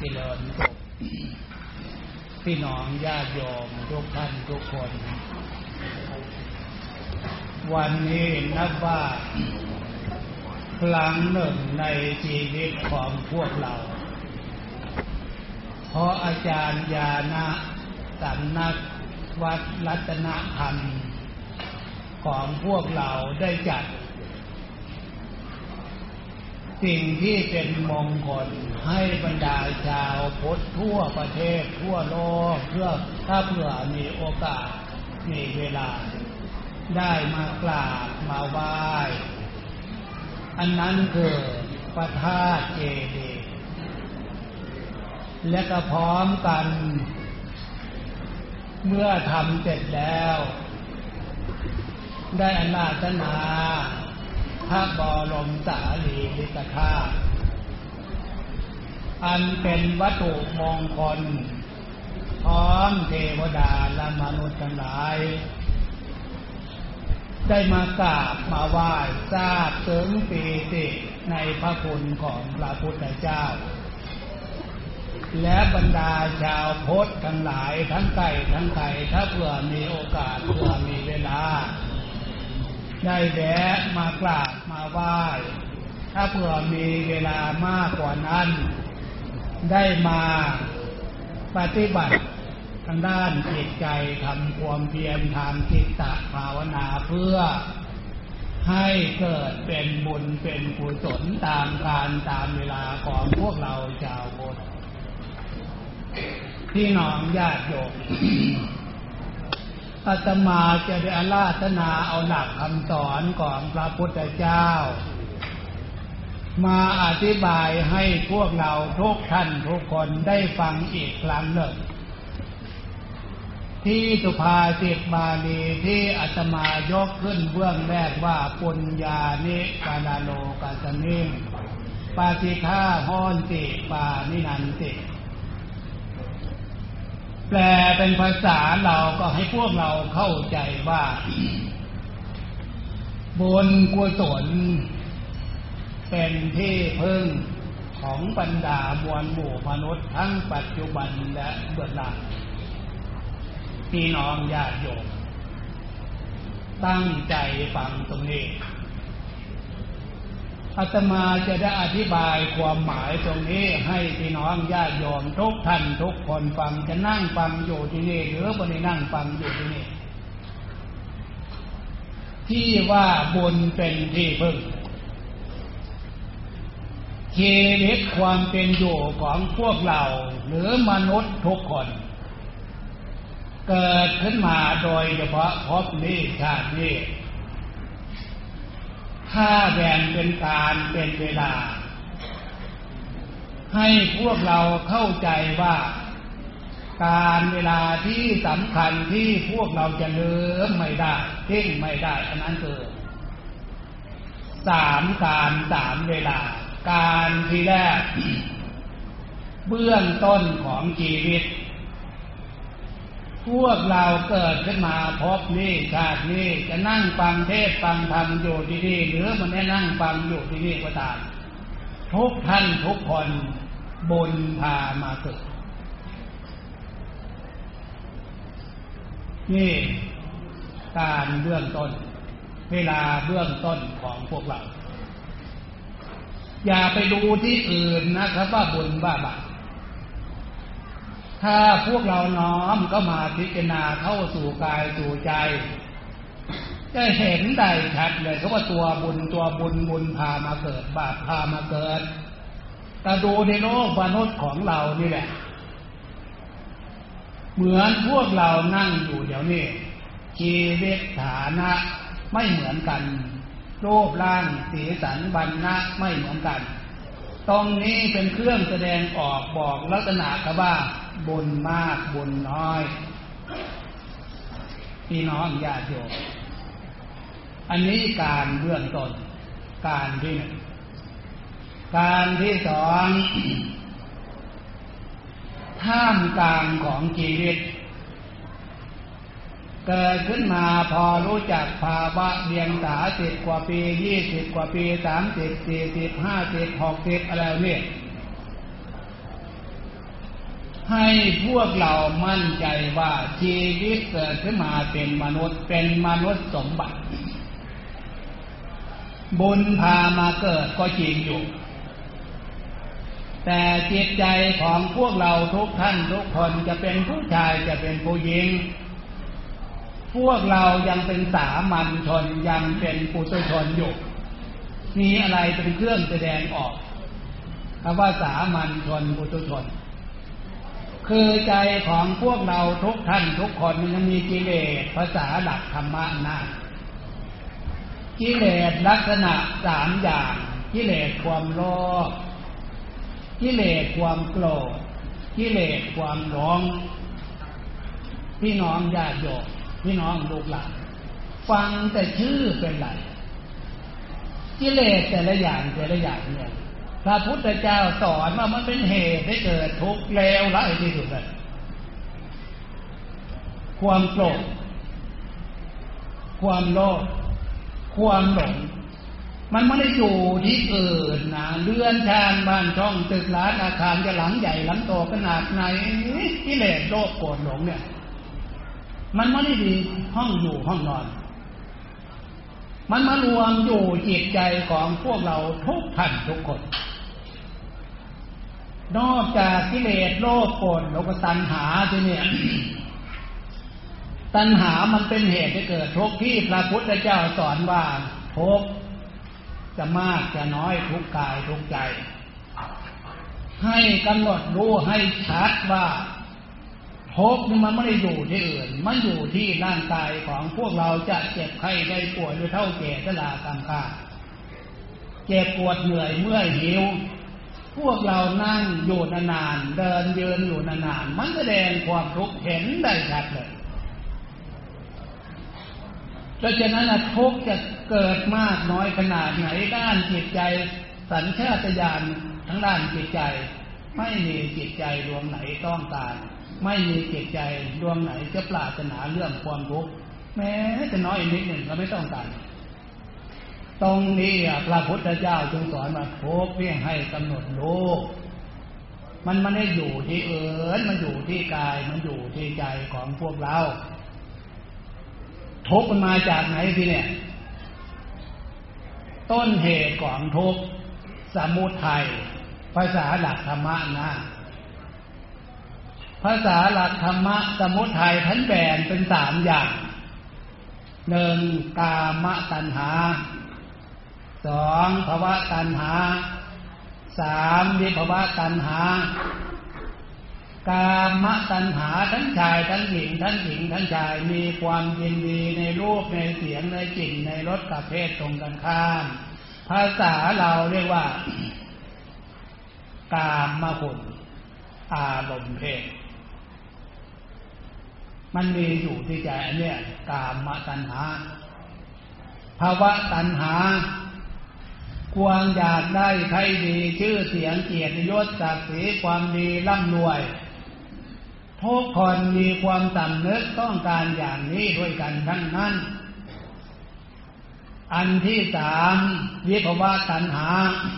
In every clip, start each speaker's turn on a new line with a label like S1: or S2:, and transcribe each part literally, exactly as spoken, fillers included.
S1: จริญสุขพี่น้องญาติโยมทุกท่านทุกคนวันนี้นับว่าครั้งหนึ่งในชีวิตของพวกเราเพราะอาจารย์ญาณสำนักวัดรัตนธรรมของพวกเราได้จัดสิ่งที่เป็นมงคลให้บรรดาชาวพุทธทั่วประเทศทั่วโลกเพื่อถ้าเผื่อมีโอกาสมีเวลาได้มากราบมาไหว้อันนั้นคือพระธาตุเจดีย์และก็พร้อมกันเมื่อทำเสร็จแล้วได้อาราธนาพระบรมสารีริกธาตุอันเป็นวัตถุมงคลพร้อมเทวดาและมนุษย์ทั้งหลายได้มากราบมาไหว้ทราบถึงปีติในพระคุณของพระพุทธเจ้าและบรรดาชาวพุทธทั้งหลายทั้งไกลทั้งไกลถ้าเผื่อมีโอกาสเผื่อมีเวลาได้แวะมากราบมาไหว้ถ้าเผื่อมีเวลามากกว่านั้นได้มาปฏิบัติทางด้านจิตใจทำความเพียรทางจิตตภาวนาเพื่อให้เกิดเป็นบุญเป็นกุศลตามการตามเวลาของพวกเราชาวพุทธพี่น้องญาติโยม อาตมาจะได้อาราธนาเอาหลักคำสอนของพระพุทธเจ้ามาอธิบายให้พวกเราทุกท่านทุกคนได้ฟังอีกครั้งหนึ่งที่สุภาษิตบาลีที่อาตมายกขึ้นเบื้องแรกว่าปุญญานิกาลโลกัสมิงปาติฆาโหนติปานินันติแปลเป็นภาษาเราก็ให้พวกเราเข้าใจว่าบุญกุศลเป็นที่พึ่งของบรรดามวลหมู่มนุษย์ทั้งปัจจุบันและเบื้องหลังพี่น้องญาติโยมตั้งใจฟังตรงนี้อาตมาจะได้อธิบายความหมายตรงนี้ให้พี่น้องญาติโยมทุกท่านทุกคนฟังจะนั่งฟังอยู่ที่นี่หรือบ่ได้นั่งฟังอยู่ที่นี่ที่ว่าบุญเป็นที่พึ่งชีวิตความเป็นอยู่ของพวกเราหรือมนุษย์ทุกคนเกิดขึ้นมาโดยเฉพาะภพนี้ชาตินี้ถ้าแบ่งเป็นการเป็นเวลาให้พวกเราเข้าใจว่าการเวลาที่สำคัญที่พวกเราจะลืมไม่ได้ทิ้งไม่ได้อันนั้นคือสามการสามเวลาการที่แรก เบื้องต้นของชีวิตพวกเราเกิดขึ้นมาพบนี้ชาตินี้จะนั่งฟังเทศน์ฟังธรรมอยู่ที่นี่หรือมันไม่นั่งฟังอยู่ที่นี่ก็ตามทุกท่านทุกคนบุญพามาเกิดนี่การเบื้องต้นเวลาเบื้องต้นของพวกเราอย่าไปดูที่อื่นนะครับว่าบุญว่าบาปถ้าพวกเราน้อมก็มาพิจารณาเข้าสู่กายสู่ใจจะเห็นได้ชัดเลยเขาว่าตัวบุญตัวบุญบุญพามาเกิดบาปพามาเกิดแต่ดูในโลกมนุษย์ของเรานี่แหละเหมือนพวกเรานั่งอยู่เดี๋ยวนี้ชีวิตฐานะไม่เหมือนกันรูปร่างสีสันวรรณะไม่เหมือนกันตรงนี้เป็นเครื่องแสดงออกบอกลักษณะครับว่าบุญมากบุญน้อยพี่น้องญาติโยมอันนี้การเบื้องต้นการที่หนึ่งการที่สอง ท่ามกลางของชีวิตเกิดขึ้นมาพอรู้จักภาวะเรียงสาสิบกว่าปียี่สิบกว่าปีสามสิบสี่สิบห้าสิบหกสิบอะไรเนี่ยให้พวกเรามั่นใจว่าชีวิตเกิดขึ้นมาเป็นมนุษย์เป็นมนุษย์สมบัติบุญพามาเกิดก็จริงอยู่แต่จิตใจของพวกเราทุกท่านทุกคนจะเป็นผู้ชายจะเป็นผู้หญิงพวกเรายังเป็นสามัญชนยังเป็นปุถุชนอยู่มีอะไรเป็นเครื่องแสดงออกคำว่าสามัญชนปุถุชนคือใจของพวกเราทุกท่านทุกคนมันยังมีกิเลสภาษาหลักธรรมะนะกิเลสลักษณะสามอย่างกิเลสความโลภกิเลสความโกรธกิเลสความหลงพี่น้องญาติโยมพี่น้องลูกหลานฟังแต่ชื่อเป็นไรกิเลสแต่ละอย่างแต่ละอย่างเนี่ยพระพุทธเจ้าสอนว่ามันเป็นเหตุให้เกิดทุกข์เลวร้ายที่สุดเลยความโกรธความโลภความหลงมันไม่ได้อยู่ที่อื่นนะเรือนชานบ้านช่องตึกร้านอาคารจะหลังใหญ่หลังโตขนาดไหนกิเลสโลภโกรธหลงเนี่ยมันไม่ได้มีห้องอยู่ห้องนอนมันมารวมอยู่จิตใจของพวกเราทุกท่านทุกคนนอกจากกิเลสโลภโกรธหลงตัณหาที่เนี่ย ตัณหามันเป็นเหตุให้เกิดทุกข์ที่พระพุทธเจ้าสอนว่าทุกข์จะมากจะน้อยทุกกายทุกใจให้กำหนดรู้ให้ชัดว่าทุกข์นี่มันไม่ได้อยู่ที่อื่นมันอยู่ที่ร่างกายของพวกเราจะเจ็บไข้ได้ป่วยหรือเท่าแก่ชรากำพร้าเจ็บปวดเหนื่อยเมื่อยหิวพวกเรานั่งอยู่นานๆเดินยืนอยู่นานๆมันแสดงความทุกข์เห็นได้ชัดเลยดังนั้นทุกข์จะเกิดมากน้อยขนาดไหนด้านจิตใจสัญชาตญาณทั้งด้านจิตใจไม่มีจิตใจดวงไหนต้องการไม่มีจิตใจดวงไหนจะปรารถนาเรื่องความทุกข์แม้จะน้อยนิดหนึ่งก็ไม่ต้องการตรงนี้พระพุทธเจ้าจึงสอนมาทุกข์เพียงให้กำหนดรู้มันไม่ได้อยู่ที่อื่นมันอยู่ที่กายมันอยู่ที่ใจของพวกเราทุกข์มันมาจากไหนทีเนี่ยต้นเหตุของทุกข์สมุทัยภาษาหลักธรรมะนะภาษาหลักธรรมะสมุทัยท่านแบ่งเป็นสามอย่างหนึ่งกามตัณหาสองภวตัณหาสามวิภวตัณหากามตัณหาทั้งชายทั้งหญิงทั้งหญิงทั้งชายมีความยินดีในรูปในเสียงในกลิ่นในรสกับเพศตรงกันข้ามภาษาเราเรียกว่ากามคุณอารมณ์เพศมันมีอยู่ที่ใจอันเนี้ยกามตัณหาภวตัณหาความอยากได้ใครดีชื่อเสียงเกียรติยศศักดิ์ศรีความดีร่ำรวยทุกคนมีความสำนึกต้องการอย่างนี้ด้วยกันทั้งนั้นอันที่สามวิภวตัณหา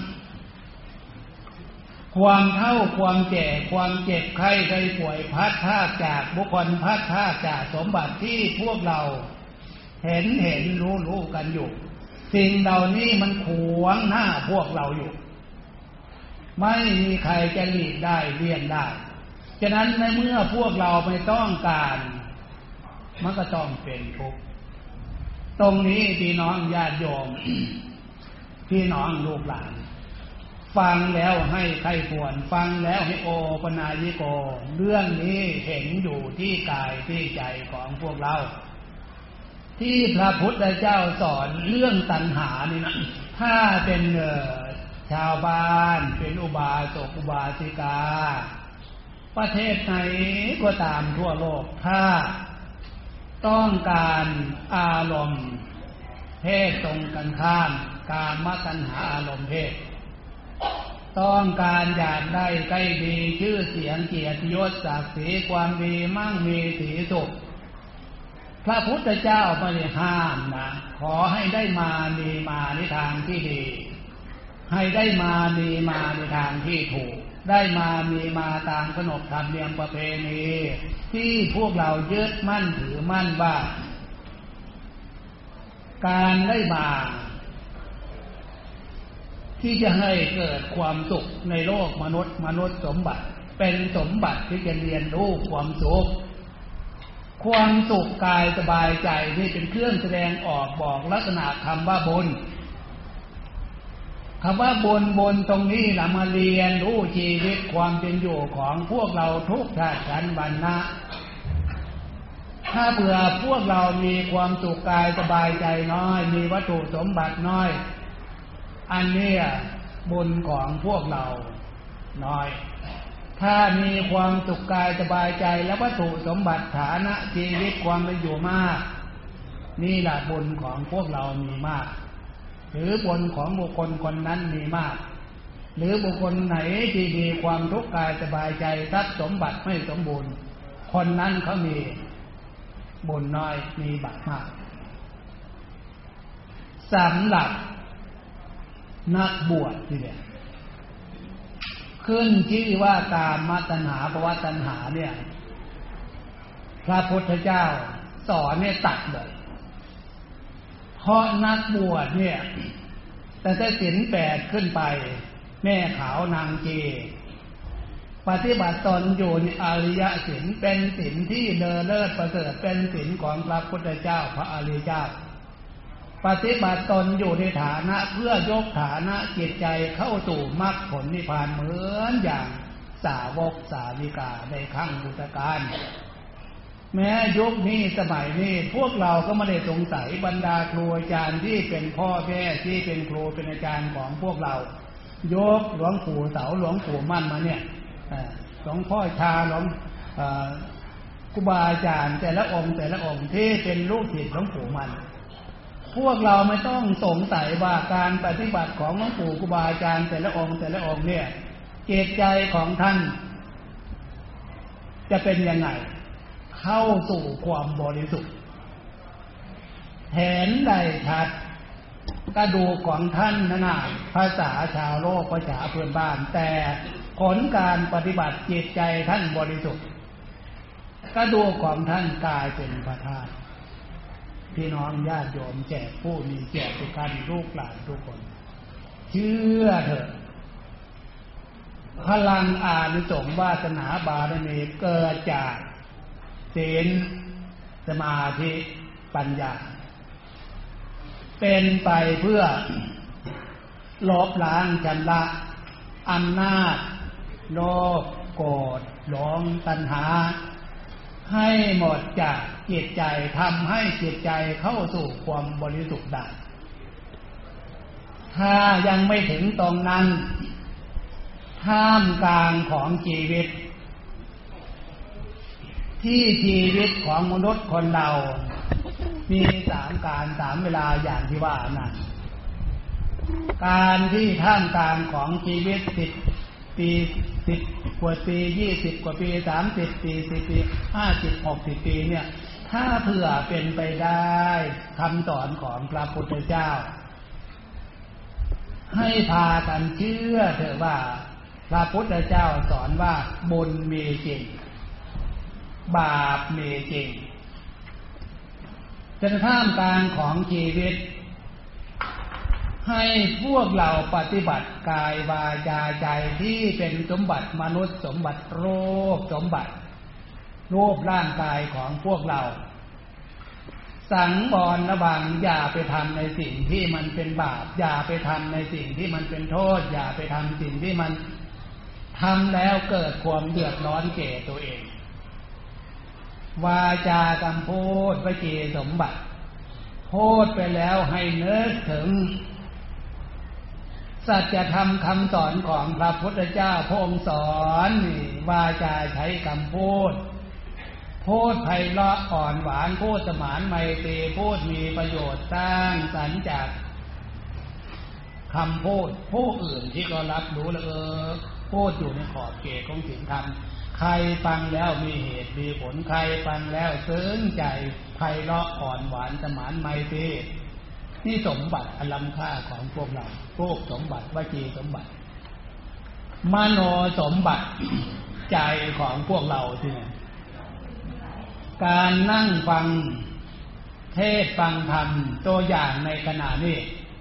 S1: ความเฒ่าความแก่ความเจ็บไข้ได้ป่วยพัดพรากจากบุคคลพัดพรากจากสมบัติที่พวกเราเห็นเห็นรู้รู้กันอยู่สิ่งเหล่านี้มันขวางหน้าพวกเราอยู่ไม่มีใครจะหลีกได้เลี่ยงได้ฉะนั้นในเมื่อพวกเราไม่ต้องการมันก็ต้องเป็นทุกข์ตรงนี้พี่น้องญาติโยม พี่น้องลูกหลานฟังแล้วให้ใครควรฟังแล้วให้โอปนายิโกเรื่องนี้เห็นอยู่ที่กายที่ใจของพวกเราที่พระพุทธเจ้าสอนเรื่องตัณหานี่นะถ้าเป็นชาวบ้านเป็นอุบาสกอุบาสิกาประเทศไหนก็ตามทั่วโลกถ้าต้องการอารมณ์เพศตรงกันข้ามกามตัณหาอารมณ์เพศต้องการอยากได้ใกล้ดีชื่อเสียงเกียรติยศศักดิ์ศรีความดีมั่งมีสีสุขพระพุทธเจ้าไม่ได้ห้ามนะขอให้ได้มามีมาในทางที่ดีให้ได้มามีมาในทางที่ถูกได้มามีมาตามขนบธรรมเนียมประเพณีที่พวกเรายึดมั่นถือมั่นว่าการได้มาที่จะให้เกิดความสุขในโลกมนุษย์มนุษย์สมบัติเป็นสมบัติที่จะเรียนรู้ความสุขความสุขกายสบายใจนี่เป็นเครื่องแสดงออกบอกลักษณะคำว่าบุญคำว่าบุญบุญตรงนี้เรามาเรียนรู้ชีวิตความเป็นอยู่ของพวกเราทุกชาติชั้นวรรณะถ้าเผื่อพวกเรามีความสุขกายสบายใจน้อยมีวัตถุสมบัติน้อยอันนี้บุญของพวกเราน้อยถ้ามีความสุขกายสบายใจและวัตถุสมบัติฐานะชีวิตความเป็นอยู่มากนี่แหละบุญของพวกเรามีมากหรือบุญของบุคคลคนนั้นมีมากหรือบุคคลไหนที่มีความทุกข์กายสบายใจทรัพย์สมบัติไม่สมบูรณ์คนนั้นเขามีบุญน้อยมีบาปมากสำหรับนักบวชที่เนี่ยขึ้นชื่อว่ากามตัณหาภวตัณหาเนี่ยพระพุทธเจ้าสอนให้ตัดเลยเพราะนักบวชเนี่ยแต่ถ้าศีลแปดขึ้นไปแม่ขาวนางเกปฏิบัติตนอยู่ในอริยศีลเป็นศีลที่เลอเลิศประเสริฐเป็นศีลของพระพุทธเจ้าพระอริยเจ้าปฏิบัติตนอยู่ในฐานะเพื่อยกฐานะจิตใจเข้าสู่มรรคผลนิพพานเหมือนอย่างสาวกสาวิกาในครั้งพุทธกาลแม้ยุคนี้สมัยนี้พวกเราก็ไม่ได้สงสัยบรรดาครูอาจารย์ที่เป็นพ่อแม่ที่เป็นครูเป็นอาจารย์ของพวกเรายกหลวงปู่เสาหลวงปู่มั่นมาเนี่ยหลวงพ่อชาหลวงครูบาอาจารย์แต่ละองค์แต่ละองค์ที่เป็นลูกศิษย์หลวงปู่มั่นพวกเราไม่ต้องสงสัยว่าการปฏิบัติของหลวงปู่ครูบาอาจารย์แต่ละองค์แต่ละองค์เนี่ยจิตใจของท่านจะเป็นยังไงเข้าสู่ความบริสุทธิ์เห็นได้ชัดกระดูกของท่านนั่นน่ะภาษาชาวโลกภาษาเพื่อนบ้านแต่ผลการปฏิบัติจิตใจท่านบริสุทธิ์กระดูกของท่านกลายเป็นพระธาตุพี่น้องญาติโยมแจกผู้มีแจกทุกท่านลูกหลานทุกคนเชื่อเถอะพลังอานิสงส์วาสนาบารมีเกิดจากศีลสมาธิปัญญาเป็นไปเพื่อลบล้างชำระอำนาจโลภโกรธหลงตัณหาให้หมดจากจิตใจทำให้จิตใจเข้าสู่ความบริสุทธิ์ได้ถ้ายังไม่ถึงตรงนั้นท่ามกลางของชีวิตที่ชีวิตของมนุษย์คนเรามีสามการสามเวลาอย่างที่ว่านั้นการที่ท่ามกลางของชีวิตสิบปีสิบกว่าปียี่สิบกว่าปีสามสิบปีสิบปีห้าสิบหกสิบปีเนี่ยถ้าเผื่อเป็นไปได้คำสอนของพระพุทธเจ้าให้พากันเชื่อเถอะว่าพระพุทธเจ้าสอนว่าบุญมีจริงบาปมีจริงจนท่ามกลางของชีวิตให้พวกเราปฏิบัติกายวาจาใจที่เป็นสมบัติมนุษย์สมบัติโลกสมบัติรูปร่างกายของพวกเราสังวรระวังอย่าไปทำในสิ่งที่มันเป็นบาปอย่าไปทำในสิ่งที่มันเป็นโทษอย่าไปทำสิ่งที่มันทำแล้วเกิดความเดือดร้อนแก่ตัวเองวาจากำพูดวจีสมบัติพูดไปแล้วให้นึกถึงสัจธรรมคำสอนของพระพุทธเจ้าพระองค์สอนนี่วาจาใช้คำพูดพูดไพเราะอ่อนหวานพูดสมานไมตรีพูดมีประโยชน์สร้างสรรค์จากคำพูดผู้อื่นที่ก็รับรู้แล้วเออพูดอยู่ในขอบเขตของศีลธรรมใครฟังแล้วมีเหตุมีผลใครฟังแล้วซึ้งใจไพเราะอ่อนหวานสมานไมตรีนี่สมบัติอันล้ำค่าของพวกเรารูปสมบัติวจีสมบัติมโนสมบัติใจของพวกเราที่เนี่ยการนั่งฟังเทศฟังธรรมตัวอย่างในขณะนี้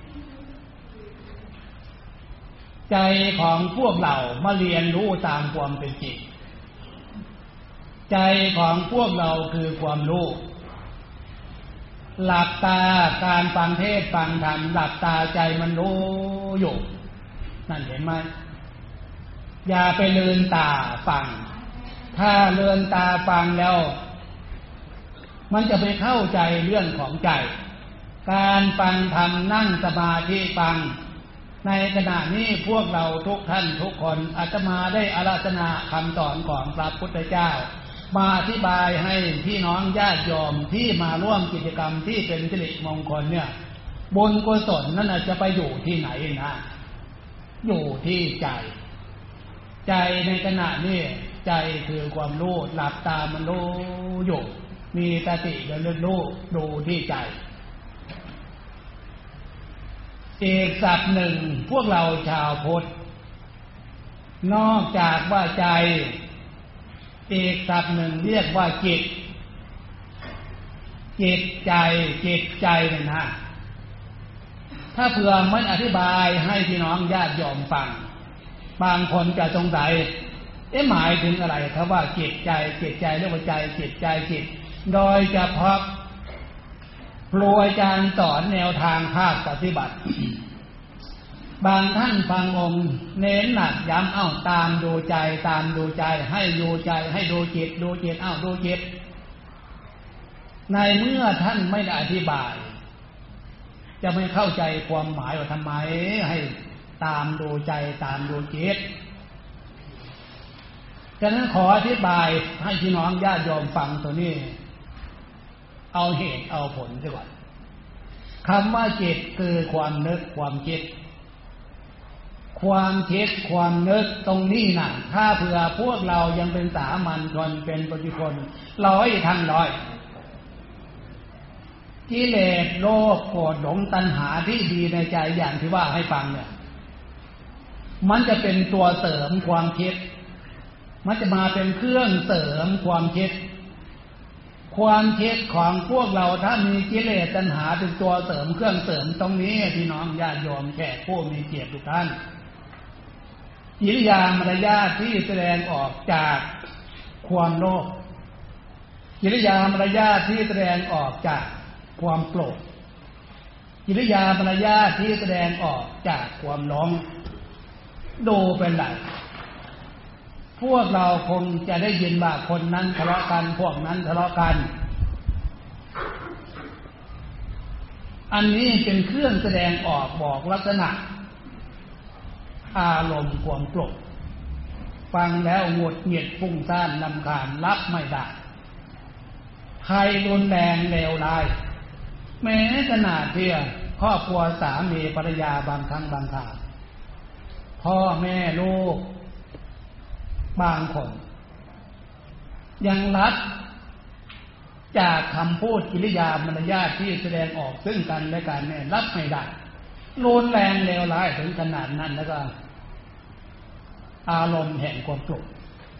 S1: ใจของพวกเรามาเรียนรู้ตามความเป็นจริงใจของพวกเราคือความรู้หลับตาการฟังเทศฟังธรรมหลับตาใจมันรู้อยู่นั่นเห็นไหมอย่าไปเลือนตาฟังถ้าเลือนตาฟังแล้วมันจะไปเข้าใจเรื่องของใจการฟังธรรมนั่งสมาธิฟังในขณะนี้พวกเราทุกท่านทุกคนอาตมาได้อาราธนาคำสอนของพระพุทธเจ้ามาอธิบายให้พี่น้องญาติโยมที่มาร่วมกิจกรรมที่เป็นสิริมงคลเนี่ยบุญกุศลนั่นจะไปอยู่ที่ไหนนะอยู่ที่ใจใจในขณะนี้ใจคือความรู้หลับตามันรู้อยู่มีสติระลึกรู้ดูที่ใจอีกศัพท์หนึ่งพวกเราชาวพุทธนอกจากว่าใจอีกศัพท์หนึ่งเรียกว่าจิตจิตใจจิตใจนั่นนะถ้าเผื่อไม่อธิบายให้พี่น้องญาติโยมฟังบางคนจะสงสัยเอ๊ะหมายถึงอะไรครับว่าจิตใจจิตใจเรียกว่าใจจิตใจจิตโดยเฉพาะครูอาจารย์สอนแนวทางภาคปฏิบัติบางท่านฟังองค์เน้นหนักย้ำเอ้าตามดูใจตามดูใจให้ดูใจให้ดูจิตดูจิตเอ้าดูจิตในเมื่อท่านไม่ได้อธิบายจะไม่เข้าใจความหมายว่าทำไมให้ตามดูใจตามดูจิตฉะนั้นขออธิบายให้พี่น้องญาติโยมฟังตัวนี้เอาเหตุเอาผลดีกว่าคำว่าจิตคือความนึกความคิดความคิดความนึกตรงนี้น่ะถ้าเผื่อพวกเรายังเป็นสามัญชนเป็นปุถุชนร้อยทั้งร้อยกิเลสโลภโกรธหลงตัณหาที่ดีในใจอย่างที่ว่าให้ฟังเนี่ยมันจะเป็นตัวเสริมความคิดมันจะมาเป็นเครื่องเสริมความคิดความคิดของพวกเราถ้ามีกิเลสตัณหาเป็นตัวเสริมเครื่องเสริมตรงนี้พี่น้องญาติโยมแขกผู้มีเกียรติทุกท่านกิริยามารยาทที่แสดงออกจากความโลภกิริยามารยาทที่แสดงออกจากความโกรธกิริยามารยาทที่แสดงออกจากความหลงดูเป็นไรพวกเราคงจะได้ยินว่าคนนั้นทะเลาะกันพวกนั้นทะเลาะกันอันนี้เป็นเครื่องแสดงออกบอกลักษณะอารมณ์ความโกรธฟังแล้วหงุดหงิดฟุ้งซ่านรำคาญรับไม่ได้ใครรุนแรงเลวร้ายแม้ขนาดที่ครอบครัวสามีภรรยาบางครั้งบางคราวพ่อแม่ลูกบางคนยังรัดจากคำพูดกิริยามารยาทที่แสดงออกซึ่งกันและกันเนี่ยรับไม่ได้รุนแรงเลวร้ายถึงขนาดนั้นแล้วก็อารมณ์แห่งความโกรธ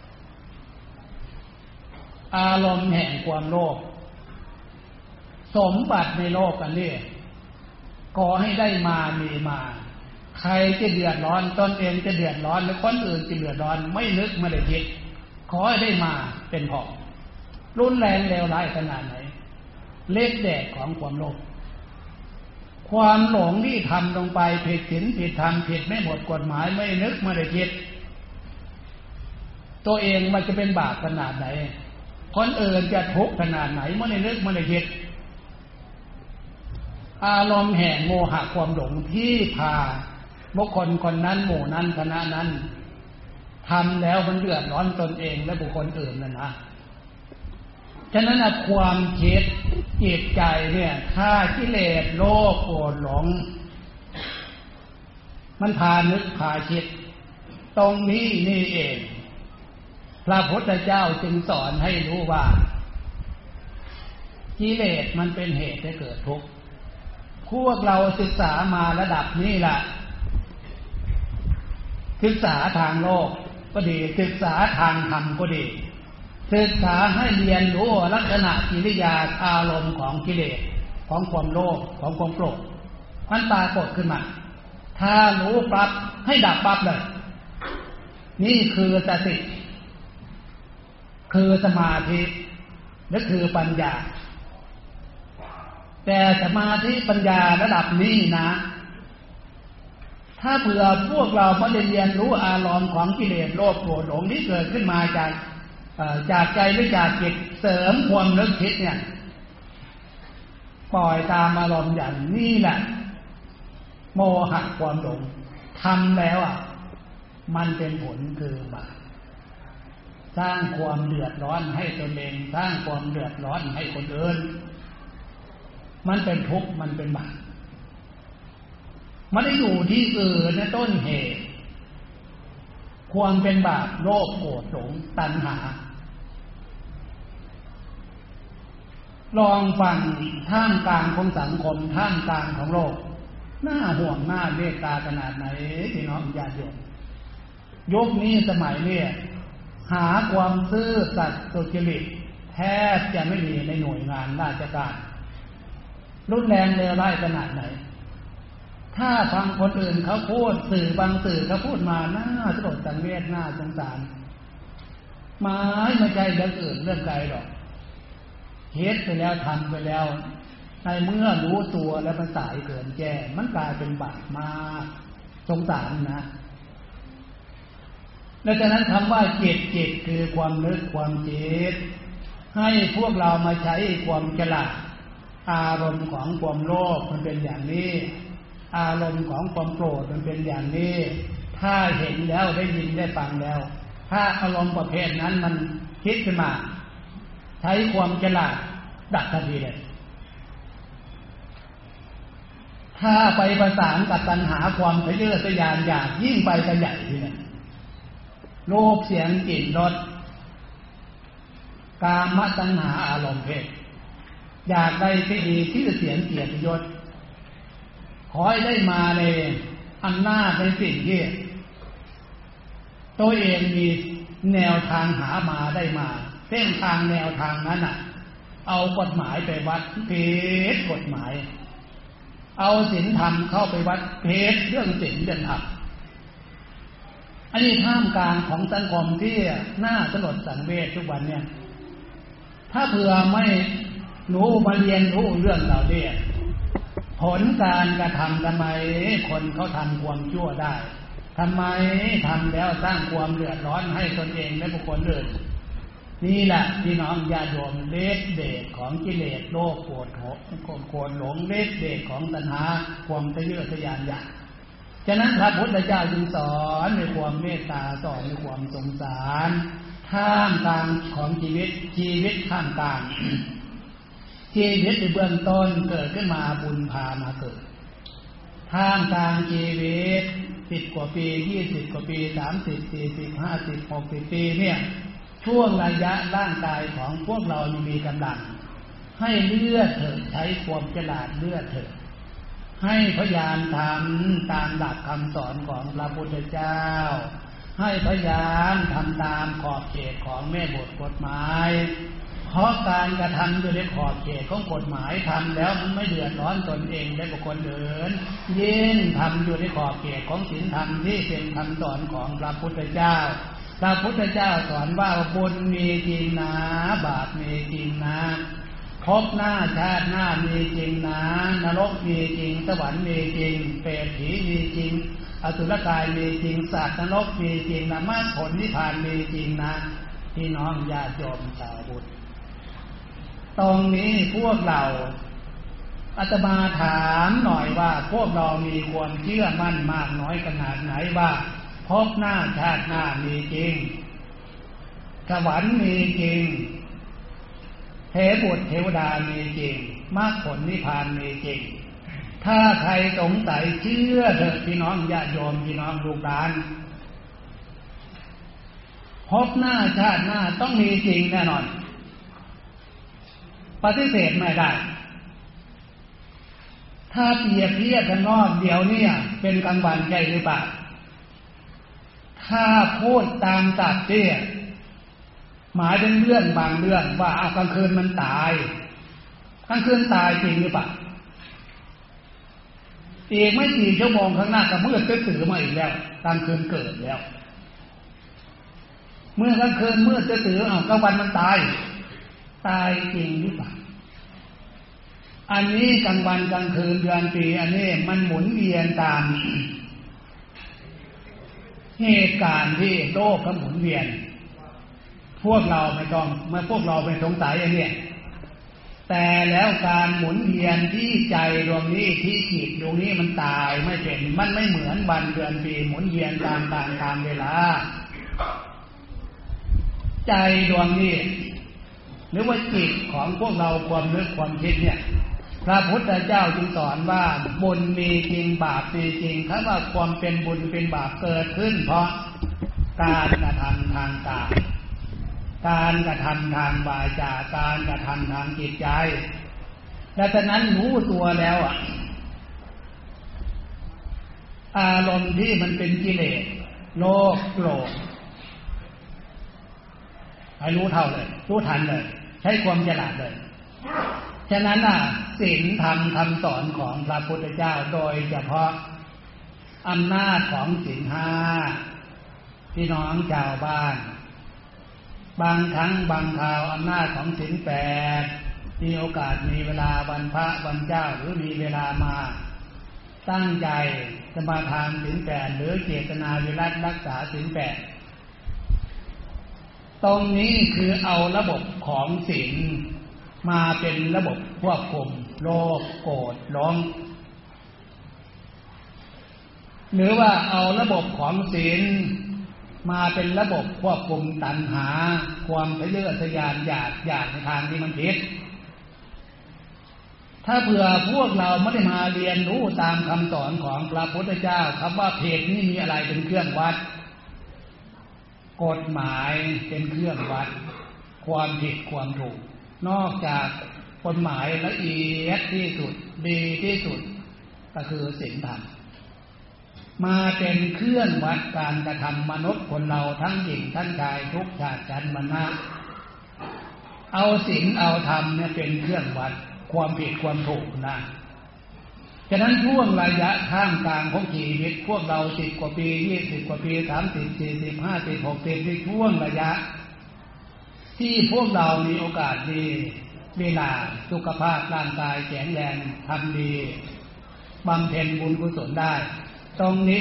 S1: อารมณ์แห่งความโลภสมบัติในโลกกันนี่ขอให้ได้มามีมาใครจะเดือดร้อนตนเองจะเดือดร้อนหรือคนอื่นจะเดือดร้อนไม่นึกไม่ได้คิดขอให้ได้มาเป็นพอรุนแรงเลวร้ายขนาดไหนเล็กแดกของความโลภความหลงที่ทำลงไปผิดศีลผิดธรรมผิดไม่หมดกฎหมายไม่นึกไม่ได้คิดตัวเองมันจะเป็นบาปขนาดไหนคนอื่นจะทุกข์ขนาดไหนไม่ได้นึกไม่ได้คิดอารมณ์แห่งโมหะความหลงที่พาบุคคลคนนั้นหมู่นั้นคณะนั้นทำแล้วมันเดือดร้อนตนเองและบุคคลอื่นนั่นนะฉะนั้นความคิดจิตใจเนี่ยถ้ากิเลสโลภโกรธหลงมันพานึกพาคิดตรงนี้นี่เองพระพุทธเจ้าจึงสอนให้รู้ว่ากิเลสมันเป็นเหตุให้เกิดทุกข์พวกเราศึกษามาระดับนี้ล่ะศึกษาทางโลกก็ดีศึกษาทางธรรมก็ดีศึกษาให้เรียนรู้ลักษณะกิริยาอารมณ์ของกิเลสของความโลภของความโกรธมันปรากฏขึ้นมาถ้ารู้ปั๊บให้ดับปั๊บเลยนี่คือสติคือสมาธิและคือปัญญาแต่สมาธิปัญญาระดับนี้นะถ้าเผื่อพวกเราไม่ได้เรียนรู้อารมณ์ของกิเลสโลภโกรธหลงที่เกิดขึ้นมาจากจากใจหรือจากจิตเสริมความนึกคิดเนี่ยปล่อยตามอารมณ์อย่างนี้แหละโมหะความหลงทำแล้วอ่ะมันเป็นผลคือบาปสร้างความเดือดร้อนให้ตนเองสร้างความเดือดร้อนให้คนอื่นมันเป็นทุกข์มันเป็นบาปมันได้อยู่ที่อื่นในต้นเหตุความเป็นบาปโลภโกรธหลงตัณหาลองฟังท่ามกลางของสังคมท่ามกลางของโลกน่าห่วงน่าเมตตาขนาดไหนพี่น้องญาติโยมยุคนี้สมัยนี้หาความซื่อสัตย์สุจริตแทบจะไม่มีในหน่วยงานราชการรุนแรงเลวร้ายขนาดไหนถ้าฟังคนอื่นเขาพูดสื่อบางสื่อเขาพูดมาน่าสลดสังเวชน่าสงสารหมายไม่ใช่เรื่องอื่นเรื่องไกลหรอกเฮ็ดไปแล้วทำไปแล้วในเมื่อรู้ตัวแล้วมันสายเกินแก้มันกลายเป็นบาปมากสงสารนะและฉะนั้นคำว่าจิตจิตคือความนึกความคิดให้พวกเรามาใช้ความฉลาดอารมณ์ของความโลภมันเป็นอย่างนี้อารมณ์ของความโกรธมันเป็นอย่างนี้ถ้าเห็นแล้วได้ยินได้ฟังแล้วถ้าอารมณ์ประเภทนั้นมันคิดขึ้นมาใช้ความฉลาดดักทันทีเลยถ้าไปประสานกับตัณหาความทะเยอทะยานอยากยิ่งไปกันใหญ่ทีนี้รูปเสียงกลิ่นรสกามตัณหาอารมณ์เพศอยากได้ที่ดีที่เสียงเกียรติยศขอให้ได้มาในอำนาจในสิ่งที่ตัวเองมีแนวทางหามาได้มาเส้นทางแนวทางนั้นน่ะเอากฎหมายไปวัดผิดกฎหมายเอาศีลธรรมเข้าไปวัดผิดเรื่องศีลเรื่องธรรมอันนี้ท่ามกลางของสังคมที่น่าสลดสังเวชทุกวันเนี่ยถ้าเผื่อไม่รู้มาเรียนรู้เรื่องเหล่านี้ผลการกระทำทำไมคนเขาทำความชั่วได้ทำไมทำแล้วสร้างความเดือดร้อนให้ตนเองและบุคคลอื่นนี่แหละพี่น้องญาติโยมฤทธิ์เดชของกิเลสโลภโกรธโกรธหลงฤทธิ์เดชของตัณหาความทะเยอทะยานอยากฉะนั้นพระพุทธเจ้าจึงสอนในความเมตตาสอนในความสงสารท่ามกลางของชีวิตชีวิตท่ามกลางชีวิตในเบื้องต้นเกิดขึ้นมาบุญพามาเกิดท่ามกลางชีวิตสิบกว่าปียี่สิบกว่าปีสามสิบสี่สิบห้าสิบหกสิบปีเนี่ยช่วงระยะร่างกายของพวกเรายังมีกำลังให้เลือกเถิดใช้ความฉลาดเลือกเถิดให้พยายามทำตามหลักคำสอนของพระพุทธเจ้าให้พยายามทำตามขอบเขตของแม่บทกฎหมายเพราะการกระทำอยู่ในขอบเขตของกฎหมายทำแล้วมันไม่เดือดร้อนตนเองและบุคคลอื่นยิ่งทำอยู่ในขอบเขตของศีลธรรมที่เป็นคำสอนของพระพุทธเจ้าพระพุทธเจ้าสอนว่าบุญมีจริงนะบาปมีจริงนะภพหน้าชาติหน้ามีจริงนะนรกมีจริงสวรรค์มีจริงเปรตผีมีจริงอสุรกายมีจริงสัตว์นรกมีจริงนะมรรคผลนิพพานมีจริงนะพี่น้องญาติโยมชาวพุทธตรงนี้พวกเราอาตมาถามหน่อยว่าพวกเรามีความเชื่อมั่นมากน้อยขนาดไหนว่าภพหน้าชาติหน้ามีจริงสวรรค์มีจริงเทพบุตรเทวดามีจริงมรรคผลนิพพานมีจริงถ้าใครสงสัยเชื่อเถิดพี่น้องญาติโยมพี่น้องลูกหลานภพหน้าชาติหน้าต้องมีจริงแน่นอนปฏิเสธไม่ได้ถ้าเปรียบเทียบกันนอกเดี๋ยวนี้เป็นกลางวันใจหรือเปล่าถ้าพูดตามตัดเนี่ยหมายถึงเรื่องบางเรื่องว่าเอากลางคืนมันตายกลางคืนตายจริงหรือเปล่าอีกไม่กี่ชั่วโมงข้างหน้าก็มืดตื้อๆมาอีกแล้วกลางคืนเกิดแล้วเมื่อกลางคืนมืดตื้อๆเอากลางวันมันตายตายจริงหรือเปล่าอันนี้กลางวันกลางคืนเดือนปีอันนี้มันหมุนเวียนตามเหตุการณ์ที่โลกก็หมุนเวียนพวกเราไม่ต้องไม่พวกเราไม่สงสัยอย่างนี้แต่แล้วการหมุนเวียนที่ใจดวงนี้ที่จิตดวงนี้มันตายไม่เป็นมันไม่เหมือนวันเดือนปีหมุนเวียนตามการตามเวลาใจดวงนี้หรือว่าจิตของพวกเราความนึกความคิดเนี่ยพระพุทธเจ้าจึงสอนว่าบุญมีจริงบาปมีจริงคำว่าความเป็นบุญเป็นบาปเกิดขึ้นเพราะการกระทำทางกายการกระทำทางวาจาการกระทำทางจิตใจดังนั้นรู้ตัวแล้วอ่ะอารมณ์ที่มันเป็นกิเลสโลภโกรธให้รู้เท่าเลยรู้ทันเลยใช้ความฉลาดเลยฉะนั้นน่ะศีลธรรมคำสอนของพระพุทธเจ้าโดยเฉพาะอำนาจของศีลห้าพี่น้องชาวบ้านบางครั้งบางคราวอำนาจของศีลแปดมีโอกาสมีเวลาวันพระวันเจ้าหรือมีเวลามาตั้งใจจะมาทานศีลแปดหรือเจตนาวิรัติรักษาศีลแปดตรงนี้คือเอาระบบของศีลมาเป็นระบบควบคุมโลภโกรธหลงหรือว่าเอาระบบของศีลมาเป็นระบบควบคุมตัณหาความทะเยอทะยานอยากอยากในทางที่มันผิดถ้าเผื่อพวกเราไม่ได้มาเรียนรู้ตามคำสอนของพระพุทธเจ้าคำว่าเพศนี้มีอะไรเป็นเครื่องวัดกฎหมายเป็นเครื่องวัดความผิดความถูกนอกจากกฎหมายละเอียดที่สุดดีที่สุดก็คือศีลธรรมมาเป็นเครื่องวัดการกระทำมนุษย์คนเราทั้งหญิงทั้งชายทุกชาติชั้นวรรณะเอาศีลเอาธรรมเนี่ยเป็นเครื่องวัดความผิดความถูกนะฉะนั้นช่วงระยะท่ามกลางของชีวิตพวกเราสิบกว่าปียี่สิบกว่าปีสามสิบสี่สิบห้าสิบหกสิบในช่วงระยะที่พวกเรามีโอกาสดีเวลาสุขภาพร่างกายแข็งแรงทำดีบำเพ็ญบุญกุศลได้ตรงนี้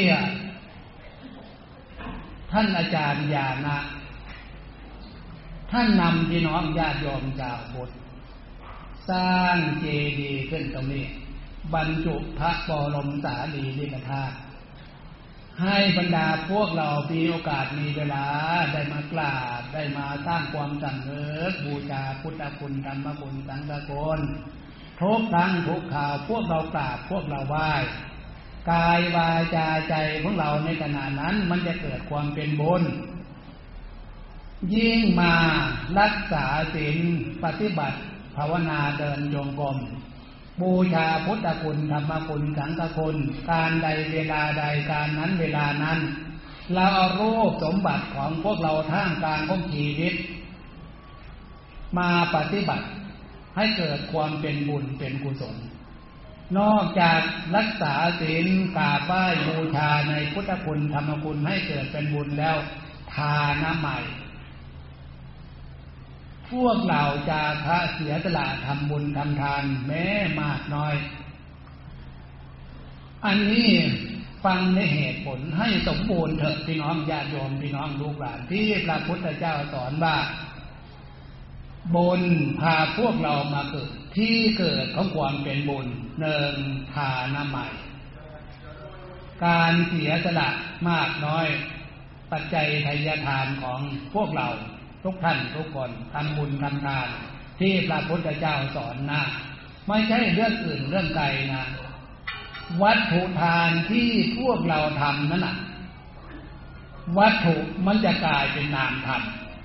S1: ท่านอาจารย์ญาณะท่านนำพี่น้องญาติโยมชาวพุทธสร้างเจดีย์ขึ้นตรงนี้บรรจุพระบรมสารีริกธาตุให้บรรดาพวกเรามีโอกาสมีเวลาได้มากราบได้มาสร้างความสำนึกบูชาพุทธคุณธรรมคุณสังฆคุณทุกครั้งทุกคราวพวกเรากราบพวกเราไหว้กายวาจาใจของเราในขณะนั้นมันจะเกิดความเป็นบุญยิ่งมารักษาศีลปฏิบัติภาวนาเดินจงกรมบูชาพุทธคุณธรรมคุณสังฆคุณการใดเวลาใดการนั้นเวลานั้นเราเอารูปสมบัติของพวกเราท่ามกลางของชีวิตมาปฏิบัติให้เกิดความเป็นบุญเป็นกุศลนอกจากรักษาศีลกราบไหว้บูชาในพุทธคุณธรรมคุณให้เกิดเป็นบุญแล้วทานใหม่พวกเราจะพระเสียสละทำบุญทำทานแม้มากน้อยอันนี้ฟังในเหตุผลให้สมบูรณ์เถิดพี่น้องญาติโยมพี่น้องลูกหลานที่พระพุทธเจ้าสอนว่าบุญพาพวกเรามาเกิดที่เกิดของความเป็นบุญหนึ่งทานใหม่การเสียสละมากน้อยปัจจัยทายทานของพวกเราทุกท่านทุกคนทำบุญทำทานที่พระพุทธเจ้าสอนนะไม่ใช่เรื่องอื่นเรื่องไกลนะวัตถุทานที่พวกเราทำนั่นน่ะวัตถุมันจะกลายเป็นนามธรรม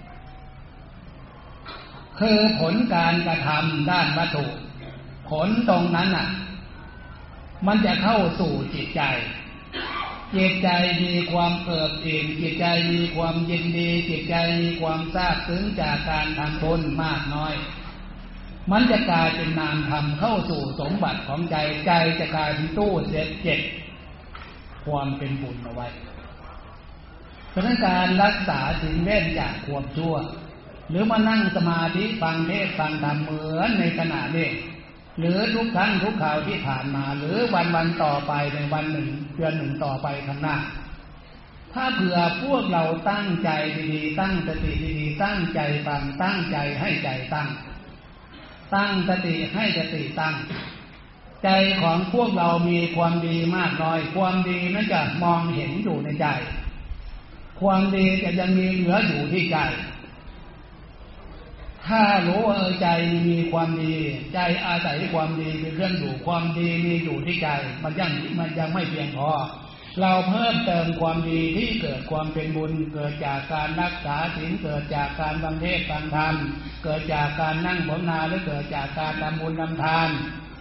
S1: คือผลการกระทำด้านวัตถุผลตรงนั้นน่ะมันจะเข้าสู่จิตใจจิตใจมีความเอิบอิ่มจิตใจมีความยินดีจิตใจมีความซาบซึ้งจากการทำบุญมากน้อยมันจะกลายเป็นนามธรรมเข้าสู่สมบัติของใจใจจะกลายเป็นตู้เก็บเก็บความเป็นบุญเอาไว้เพราะการรักษาศีลเว้นจากความชั่วหรือมานั่งสมาธิฟังเทศน์ฟังธรรมเหมือนในขณะนี้หรือทุกครั้งทุกคราวที่ผ่านมาหรือวันวันต่อไปในวันหนึ่งเดือนหนึ่งต่อไปข้างหน้าถ้าเผื่อพวกเราตั้งใจดีๆตั้งสติดีๆตั้งใจฟังตั้งใจให้ใจตั้งตั้งสติให้สติตั้งใจของพวกเรามีความดีมากน้อยความดีนั้นจะมองเห็นอยู่ในใจความดีจะยังมีเหลืออยู่ที่ใจถ้ารู้ว่าใจมีความดีใจอาศัยความดีเป็นเครื่องอยู่ความดีมีอยู่ที่ใจมันยังมันยังไม่เพียงพอเราเพิ่มเติมความดีที่เกิดความเป็นบุญเกิดจากการรักษาศีลเกิดจากการฟังเทศน์ฟังธรรมเกิดจากการนั่งภาวนาหรือเกิดจากการทำบุญทำทาน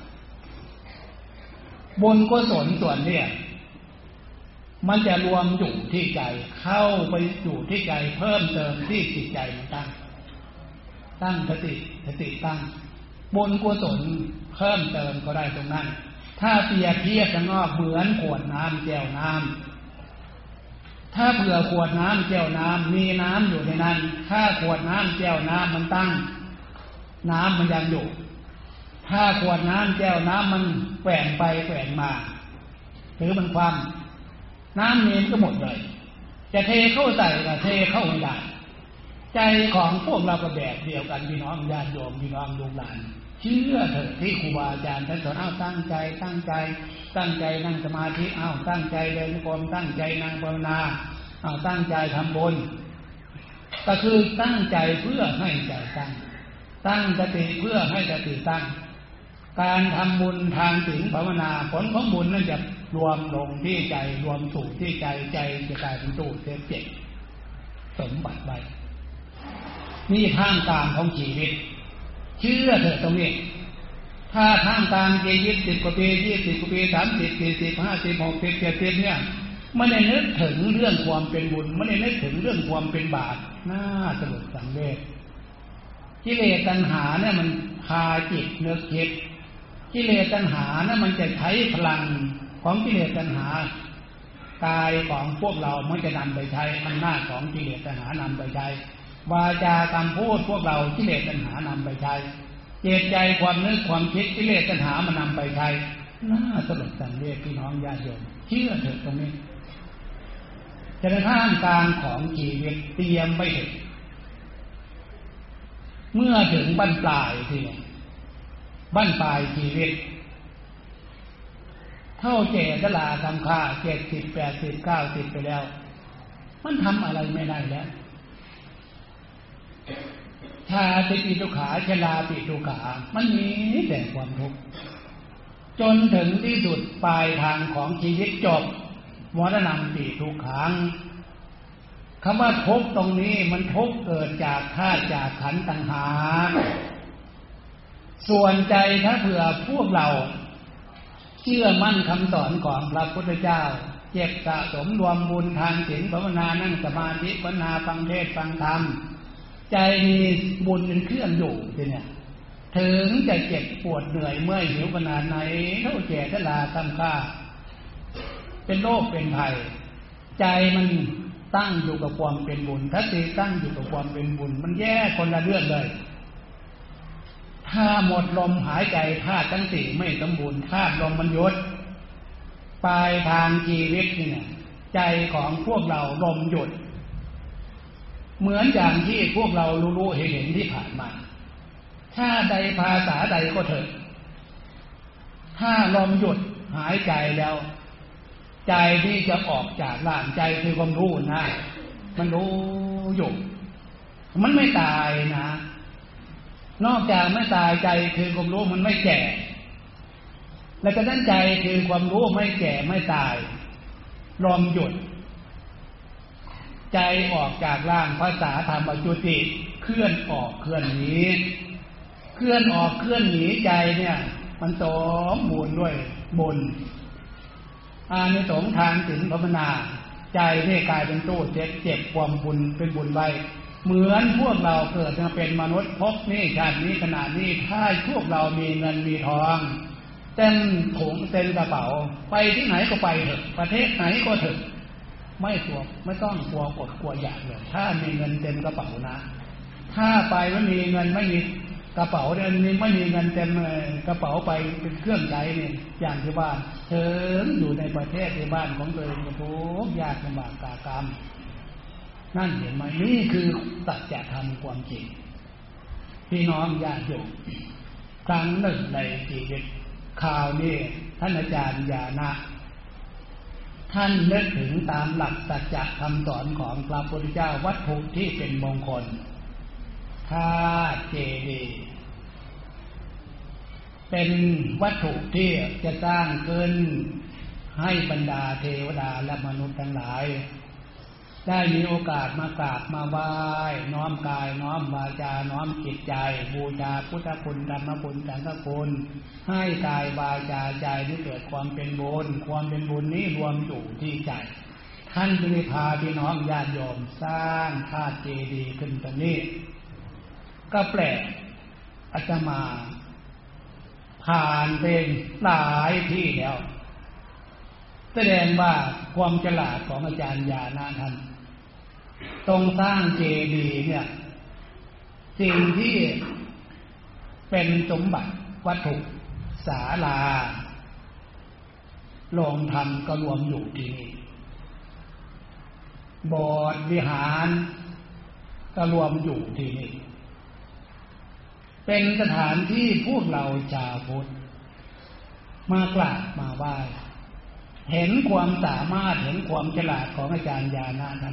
S1: บุญกุศลส่วนนี้มันจะรวมอยู่ที่ใจเข้าไปอยู่ที่ใจเพิ่มเติมที่จิตใจมันตั้งตั้งสติสติตั้งบุญกุศลเพิ่มเติมก็ได้ตรงนั้นถ้าเปรียบเทียบกันว่าเหมือนขวดน้ำแก้วน้ำถ้าเผื่อขวดน้ำแก้วน้ำมีน้ำอยู่ในนั้นถ้าขวดน้ำแก้วน้ำมันตั้งน้ำมันยังอยู่ถ้าขวดน้ำแก้วน้ำมันแกว่งไปแกว่งมาหรือมันคว่ำน้ำนี้ก็หมดเลยจะเทเข้าใส่ก็เทเข้าไม่ได้ใจของพวกเราก็แบบเดียวกันพี่น้องญาติโยมพี่น้องลูกหลานเชื่อเถอะที่ครูบาอาจารย์ท่านสอนเอาตั้งใจตั้งใจตั้งใจนั่งสมาธิเอาตั้งใจเดินกรมตั้งใจนั่งภาวนาเอาตั้งใจทำบุญก็คือตั้งใจเพื่อให้ใจตั้งตั้งสติเพื่อให้สติตั้งการทำบุญทางศีลภาวนาผลของบุญนั่นจะรวมลงที่ใจรวมสู่ที่ใจใจจะกลายเป็นตู้เซฟเจ็บสมบัติไว้นี่ท่ามกลางของชีวิตเชื่อเถอะตรงนี้ถ้าท่ามกลางชีวิตสิบกว่าปียี่สิบกว่าปีสามสิบสี่สิบห้าสิบหกสิบเจ็ดสิบเนี่ยไม่ได้นึกถึงเรื่องความเป็นบุญไม่ได้นึกถึงเรื่องความเป็นบาปน่าสลดสังเวชกิเลสตัณหาเนี่ยมันพาจิตนึกคิดกิเลสตัณหาเนี่ยมันจะใช้พลังของกิเลสตัณหากายของพวกเรามันจะนำไปใช้อำนาจของกิเลสตัณหานำไปใช้วาจาคำพูดพวกเรากิเลสตัณหานำไปใช้เจตใจความนึกความคิดกิเลสตัณหามันนำไปใช้น่าสลดสังเวชพี่น้องญาติโยมเชื่อเถิดตรงนี้จะในท่ามกลางของชีวิตเตรียมไว้เถิดเมื่อถึงบั้นปลายทีนี้บั้นปลายชีวิตเท่าเจตลาทำค่าเจ็ดสิบแปดสิบเก้าสิบไปแล้วมันทำอะไรไม่ได้แล้วชาติปิทุขาชราปิทุขามันมีแต่ความทุกข์จนถึงที่สุดปลายทางของชีวิตจบมรณะปิทุกขังคำว่าทุกข์ตรงนี้มันทุกข์เกิดจากธาตุจากขันธ์ต่างหากส่วนใจถ้าเผื่อพวกเราเชื่อมั่นคำสอนของพระพุทธเจ้าเจ็บสะสมรวมบุญทางศีลภาวนานั่งสมาธิภาวนาฟังเทศน์ฟังธรรมใจมีบุญเป็นเครื่องอยู่ทีเนี่ยถึงจะเจ็บปวดเหนื่อยเมื่อยหิวขนาดไหนเท่าแก่ชราตั้งค่าเป็นโรคเป็นภัยใจมันตั้งอยู่กับความเป็นบุญถ้าใจตั้งอยู่กับความเป็นบุญมันแยกคนละเรื่องเลยถ้าหมดลมหายใจธาตุทั้งสี่ไม่สมบูรณ์ธาตุลมมันหยุดปลายทางชีวิตเนี่ยใจของพวกเราลมหยุดเหมือนอย่างที่พวกเรารู้ๆเห็นๆที่ผ่านมาถ้าใดภาษาใดก็เถิดถ้าลมหยุดหายใจแล้วใจที่จะออกจากร่างใจคือความรู้นะมันรู้อยู่มันไม่ตายนะนอกจากไม่ตายใจคือความรู้มันไม่แก่และก็นั่นใจคือความรู้ไม่แก่ไม่ตายลมหยุดใจออกจากร่างภาษาธรรมจุติเคลื่อนออกเคลื่อนหนีเคลื่อนออกเคลื่อนหนีใจเนี่ยมันสมบูรณ์ด้วยบุญอานิสงส์ทานศีลภาวนาใจนี่กลายเป็นตู้เจ็บเจ็บความบุญเป็นบุญไว้เหมือนพวกเราเกิดมาเป็นมนุษย์พบนี่ชาตินี้ขนาดนี้ถ้าพวกเรามีเงินมีทองเต็มถุงเต็มกระเป๋าไปที่ไหนก็ไปเถอะประเทศไหนก็เถอะไม่กลัวไม่ต้องกลัวอดกลัวอยากเลยถ้ามีเงินเต็มกระเป๋านะถ้าไปไม่มีเงินไม่มีกระเป๋าเดินนี้ไม่มีเงินเต็มกระเป๋าไปเป็นเครื่องใช้เนี่ยอย่างที่บ้านเถิงอยู่ในประเทศในบ้านของตัวเองก็ทุกข์ยากลำบากกากรรมนั่นเห็นไหมนี่คือสัจธรรมความจริงพี่น้องญาติโยมครั้งหนึ่งในชีวิตข่าวนี้ท่านอาจารย์ญาณะท่านนึกถึงตามหลักสัจธรรมสอนของพระพุทธเจ้าวัตถุที่เป็นมงคลธาตุเจดีย์เป็นวัตถุที่จะสร้างขึ้นให้บรรดาเทวดาและมนุษย์ทั้งหลายได้มีโอกาสมากราบมาไหว้น้อมกายน้อมวาจาน้อมจิตใจบูชาพุทธคุณธรรมคุณสังฆคุณให้กายวาจาใจที่เกิดความเป็นบุญความเป็นบุญนี้รวมอยู่ที่ใจท่านจึงได้พาพี่น้องญาติโยมสร้างธาตุเจดีย์ขึ้นตรงนี้ก็แปลกอาตมาผ่านเป็นหลายที่แล้วแสดงว่าความฉลาดของอาจารย์ญาณท่านตรงสร้างเจดีย์เนี่ยสิ่งที่เป็นสมบัติวัตถุศาลาโรงธรรมก็รวมอยู่ที่นี่โบสถ์วิหารก็รวมอยู่ที่นี่เป็นสถานที่พวกเราชาวพุทธมากราบมาไหว้เห็นความสามารถเห็นความฉลาดของอาจารย์ญาณท่าน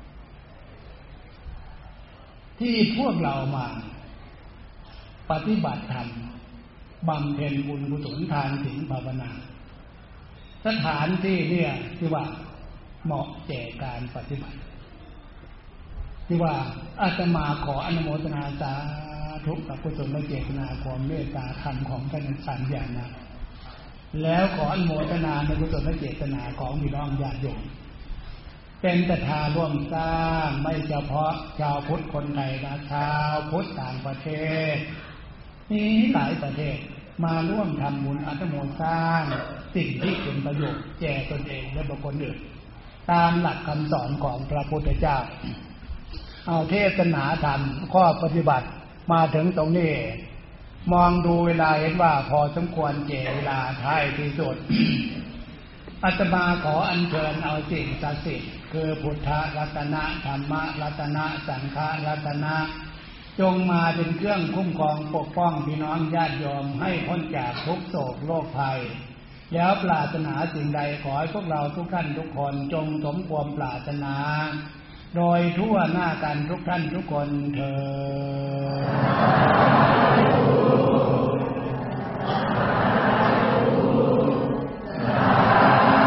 S1: ที่พวกเรามาปฏิบัติธรรมบำเพ็ญบุญกุศลทานศีลภาวนาสถานที่เนี่ยที่ว่าเหมาะแก่การปฏิบัติที่ว่าอาตมาขออนุโมทนาสาธุกับกุศลเจตนาความเมตตาธรรมของท่านอาจารย์ญาณแล้วขออนุโมทนาในกุศลเจตนาของพี่น้องญาติโยมเป็นศรัทธาร่วมสร้างไม่เฉพาะชาวพุทธคนไทยนะชาวพุทธต่างประเทศมีหลายประเทศมาร่วมทำบุญอนุโมทนาสร้างสิ่งที่เป็นประโยชน์แก่ตนเองและบุคคลอื่นตามหลักคำสอนของพระพุทธเจ้าเอาเทศนาธรรมข้อปฏิบัติมาถึงตรงนี้มองดูเวลาเห็นว่าพอสมควรแก่เวลาท้ายที่สุด อาตมาขออัญเชิญเอาสิ่งศักดิ์สิทธิ์คือพุทธรัตนะธรรมรัตนะสังฆรัตนะจงมาเป็นเครื่องคุ้มครองปกป้องพี่น้องญาติโยมให้พ้นจากทุกโศกโรคภัยแล้วปรารถนาสิ่งใดขอให้พวกเราทุกท่านทุกคนจงสมความปรารถนาโดยทั่วหน้ากันทุกท่านทุกคนเถิด